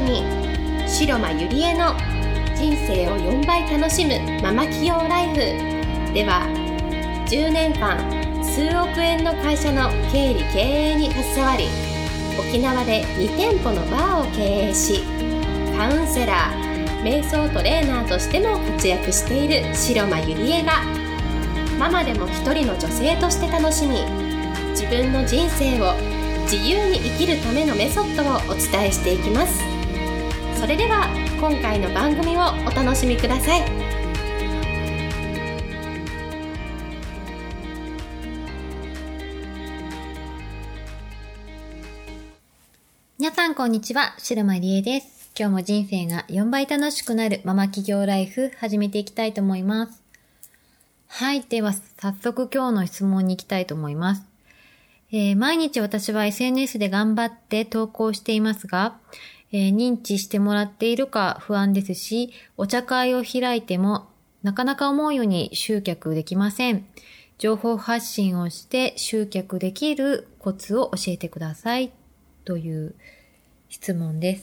に白間ゆりえの人生を4倍楽しむママ企業ライフでは、10年間数億円の会社の経理経営に携わり、沖縄で2店舗のバーを経営し、カウンセラー、瞑想トレーナーとしても活躍している白間ゆりえが、ママでも一人の女性として楽しみ、自分の人生を自由に生きるためのメソッドをお伝えしていきます。それでは今回の番組をお楽しみください。 皆さんこんにちは、白間理恵です。今日も人生が4倍楽しくなるママ企業ライフ始めていきたいと思います。はい、では早速今日の質問に行きたいと思います。毎日私は SNS で頑張って投稿していますが、認知してもらっているか不安ですし、お茶会を開いてもなかなか思うように集客できません。情報発信をして集客できるコツを教えてくださいという質問です。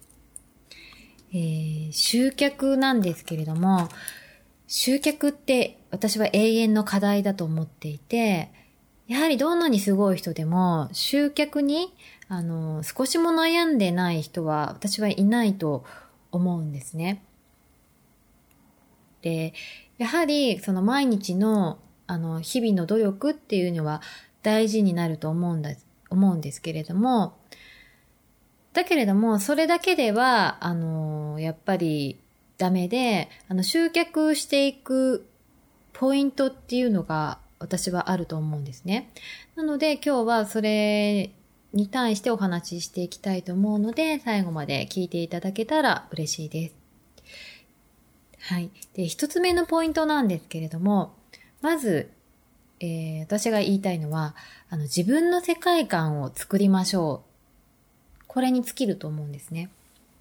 集客なんですけれども、集客って私は永遠の課題だと思っていて、やはりどんなにすごい人でも集客に少しも悩んでない人は私はいないと思うんですね。で、やはりその毎日の日々の努力っていうのは大事になると思うんですけれども、だけれどもそれだけではやっぱりダメで、集客していくポイントっていうのが私はあると思うんですね。なので今日はそれに対してお話ししていきたいと思うので、最後まで聞いていただけたら嬉しいです。はい。で、一つ目のポイントなんですけれども、まず、私が言いたいのは、自分の世界観を作りましょう。これに尽きると思うんですね。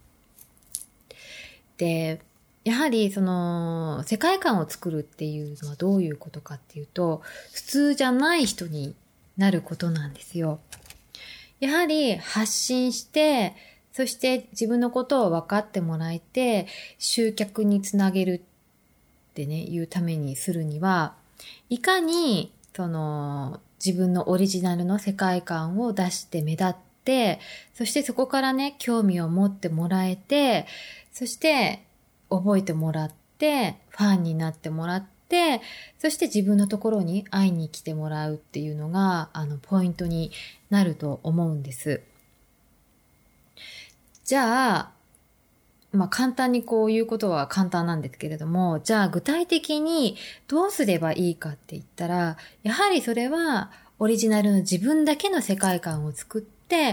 で、やはりその世界観を作るっていうのはどういうことかっていうと、普通じゃない人になることなんですよ。やはり発信して、そして自分のことを分かってもらえて、集客につなげるってね、いうためにするには、いかにその自分のオリジナルの世界観を出して目立って、そしてそこからね、興味を持ってもらえて、そして覚えてもらって、ファンになってもらって、そして自分のところに会いに来てもらうっていうのが、ポイントになると思うんです。じゃあ、簡単にこういうことは簡単なんですけれども、じゃあ具体的にどうすればいいかって言ったら、やはりそれはオリジナルの自分だけの世界観を作って、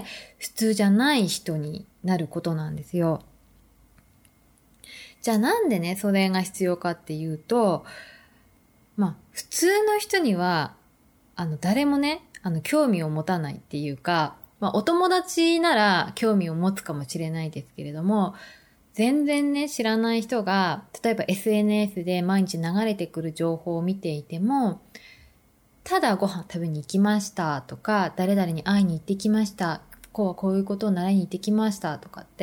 普通じゃない人になることなんですよ。じゃあなんでね、それが必要かっていうと、普通の人には、誰もね、興味を持たないっていうか、お友達なら興味を持つかもしれないですけれども、全然ね、知らない人が、例えば SNS で毎日流れてくる情報を見ていても、ただご飯食べに行きましたとか、誰々に会いに行ってきました、こういうことを習いに行ってきましたとかって、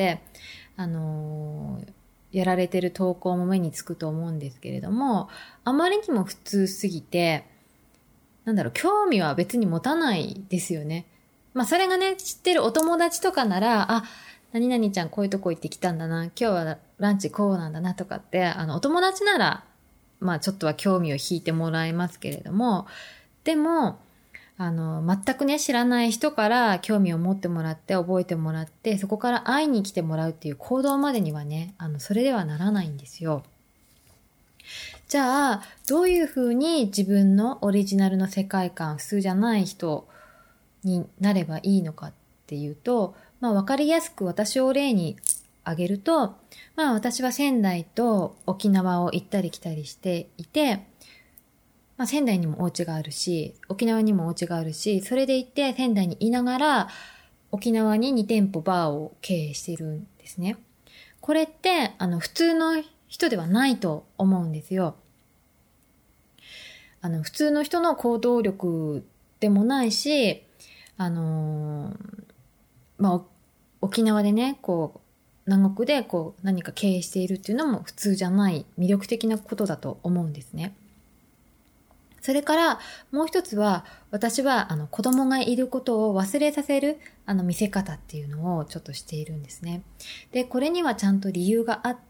やられてる投稿も目につくと思うんですけれども、あまりにも普通すぎて、興味は別に持たないですよね。それがね、知ってるお友達とかなら、何々ちゃんこういうとこ行ってきたんだな、今日はランチこうなんだなとかって、お友達なら、ちょっとは興味を引いてもらえますけれども、でも、全くね、知らない人から興味を持ってもらって、覚えてもらって、そこから会いに来てもらうっていう行動までにはね、それではならないんですよ。じゃあ、どういうふうに自分のオリジナルの世界観、普通じゃない人になればいいのかっていうと、わかりやすく私を例に挙げると、私は仙台と沖縄を行ったり来たりしていて、仙台にもお家があるし、沖縄にもお家があるし、それで行って仙台にいながら、沖縄に2店舗バーを経営しているんですね。これって、普通の人ではないと思うんですよ。普通の人の行動力でもないし、沖縄でね、 南国でこう何か経営しているっていうのも普通じゃない魅力的なことだと思うんですね。それからもう一つは、私は子供がいることを忘れさせる見せ方っていうのをちょっとしているんですね。で、これにはちゃんと理由があって、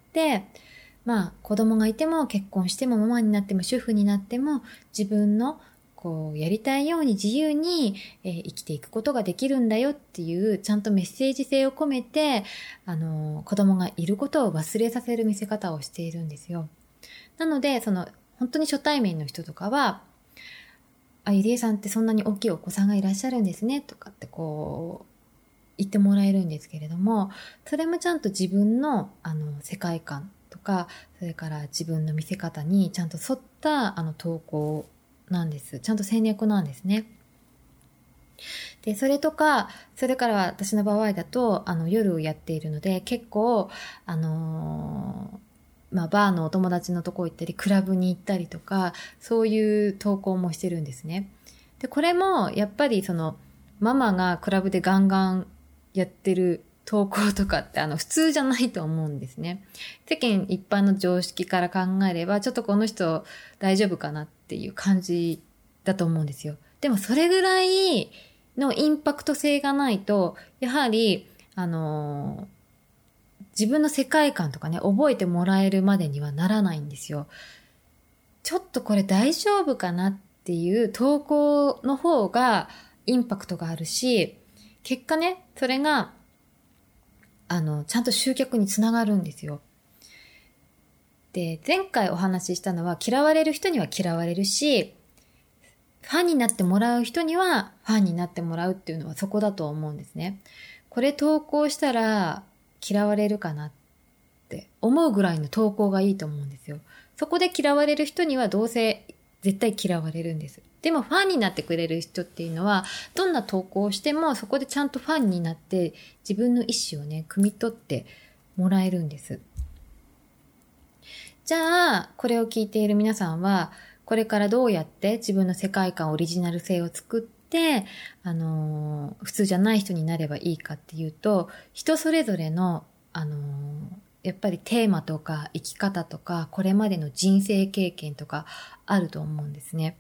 子供がいても結婚してもママになっても主婦になっても自分のこうやりたいように自由に生きていくことができるんだよっていうちゃんとメッセージ性を込めて子供がいることを忘れさせる見せ方をしているんですよ。なので本当に初対面の人とかは、ゆりえさんってそんなに大きいお子さんがいらっしゃるんですねとかってこう言ってもらえるんですけれども、それもちゃんと自分の世界観とか、それから自分の見せ方にちゃんと沿った投稿なんです。ちゃんと戦略なんですね。で、それから私の場合だと夜をやっているので、結構バーのお友達のとこ行ったり、クラブに行ったりとか、そういう投稿もしてるんですね。で、これも、やっぱりママがクラブでガンガンやってる投稿とかって普通じゃないと思うんですね。世間一般の常識から考えれば、ちょっとこの人大丈夫かなっていう感じだと思うんですよ。でもそれぐらいのインパクト性がないと、やはり、自分の世界観とかね、覚えてもらえるまでにはならないんですよ。ちょっとこれ大丈夫かなっていう投稿の方がインパクトがあるし、結果ね、それが、ちゃんと集客につながるんですよ。で、前回お話ししたのは、嫌われる人には嫌われるし、ファンになってもらう人にはファンになってもらうっていうのはそこだと思うんですね。これ投稿したら、嫌われるかなって思うぐらいの投稿がいいと思うんですよ。そこで嫌われる人にはどうせ絶対嫌われるんです。でもファンになってくれる人っていうのは、どんな投稿をしてもそこでちゃんとファンになって自分の意思をね、汲み取ってもらえるんです。じゃあ、これを聞いている皆さんは、これからどうやって自分の世界観、オリジナル性を作って、普通じゃない人になればいいかっていうと、人それぞれの、やっぱりテーマとか生き方とか、これまでの人生経験とかあると思うんですね。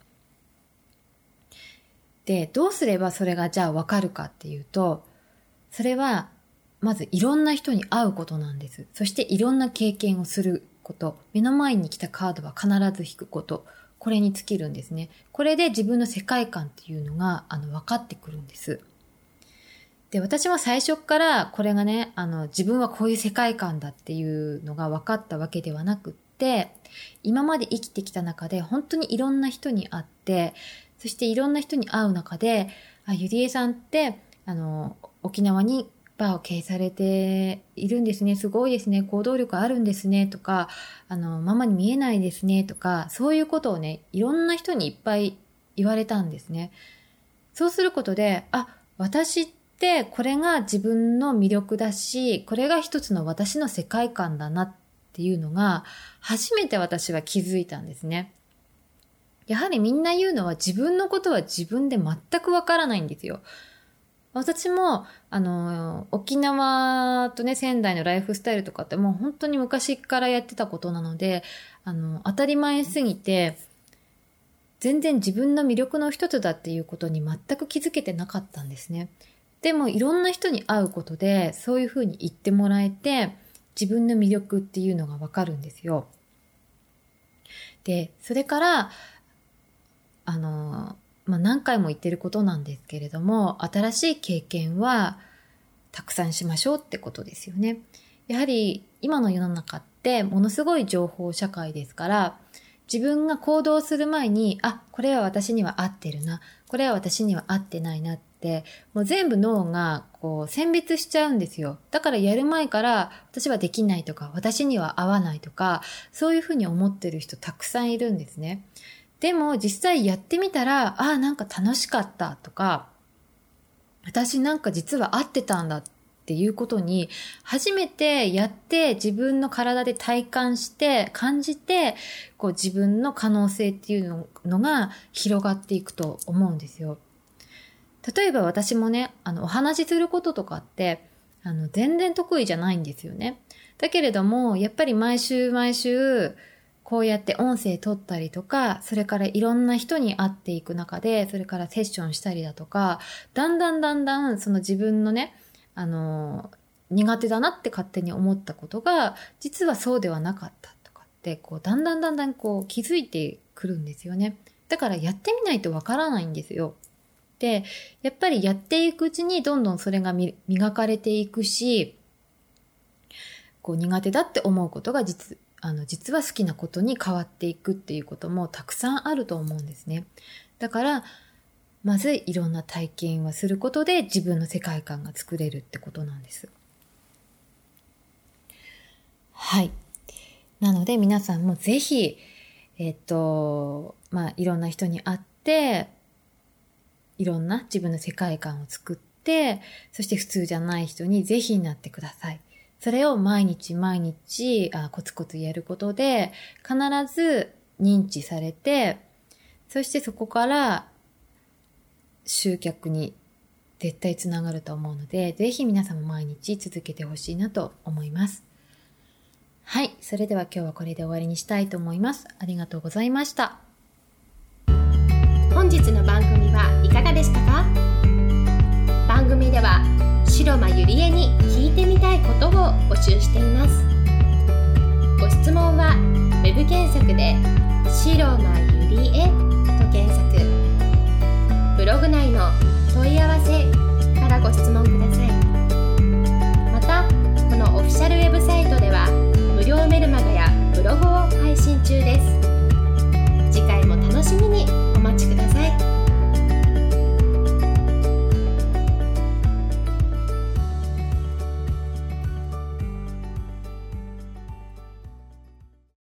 で、どうすればそれがじゃあわかるかっていうと、それは、まずいろんな人に会うことなんです。そしていろんな経験をすること。目の前に来たカードは必ず引くこと。これに尽きるんですね。これで自分の世界観っていうのが分かってくるんです。で、私は最初からこれがね、自分はこういう世界観だっていうのが分かったわけではなくって、今まで生きてきた中で本当にいろんな人に会って、そしていろんな人に会う中で、ゆりえさんって沖縄にバーを経営されているんですね。すごいですね。行動力あるんですね。とか、ママに見えないですね。とか、そういうことをね、いろんな人にいっぱい言われたんですね。そうすることで、私ってこれが自分の魅力だし、これが一つの私の世界観だなっていうのが、初めて私は気づいたんですね。やはりみんな言うのは自分のことは自分で全くわからないんですよ。私も、沖縄とね、仙台のライフスタイルとかってもう本当に昔からやってたことなので、当たり前すぎて、全然自分の魅力の一つだっていうことに全く気づけてなかったんですね。でもいろんな人に会うことで、そういうふうに言ってもらえて、自分の魅力っていうのがわかるんですよ。で、それから、何回も言ってることなんですけれども、新しい経験はたくさんしましょうってことですよね。やはり今の世の中ってものすごい情報社会ですから、自分が行動する前に、これは私には合ってるな、これは私には合ってないなって、もう全部脳がこう選別しちゃうんですよ。だからやる前から私はできないとか、私には合わないとか、そういうふうに思ってる人たくさんいるんですね。でも実際やってみたら、なんか楽しかったとか、私なんか実は合ってたんだっていうことに、初めてやって自分の体で体感して感じて、こう自分の可能性っていうのが広がっていくと思うんですよ。例えば私もね、お話しすることとかって、 全然得意じゃないんですよね。だけれども、やっぱり毎週毎週、こうやって音声取ったりとか、それからいろんな人に会っていく中で、それからセッションしたりだとか、だんだんその自分のね、苦手だなって勝手に思ったことが、実はそうではなかったとかって、こう、だんだんこう気づいてくるんですよね。だからやってみないとわからないんですよ。で、やっぱりやっていくうちにどんどんそれが磨かれていくし、こう苦手だって思うことが実は好きなことに変わっていくっていうこともたくさんあると思うんですね。だから、まずいろんな体験をすることで自分の世界観が作れるってことなんです。はい。なので皆さんもぜひ、いろんな人に会って、いろんな自分の世界観を作って、そして普通じゃない人にぜひなってください。それを毎日コツコツやることで必ず認知されて、そしてそこから集客に絶対つながると思うので、ぜひ皆さんも毎日続けてほしいなと思います。はい、それでは今日はこれで終わりにしたいと思います。ありがとうございました。 本日の番組はいかがでしたか？番組では白間ゆりえに聞いてみたいことを募集しています。ご質問はウェブ検索で白間ゆりえと検索、ブログ内の問い合わせからご質問ください。またこのオフィシャルウェブサイトでは無料メルマガやブログを配信中です。次回も楽しみにお待ちください。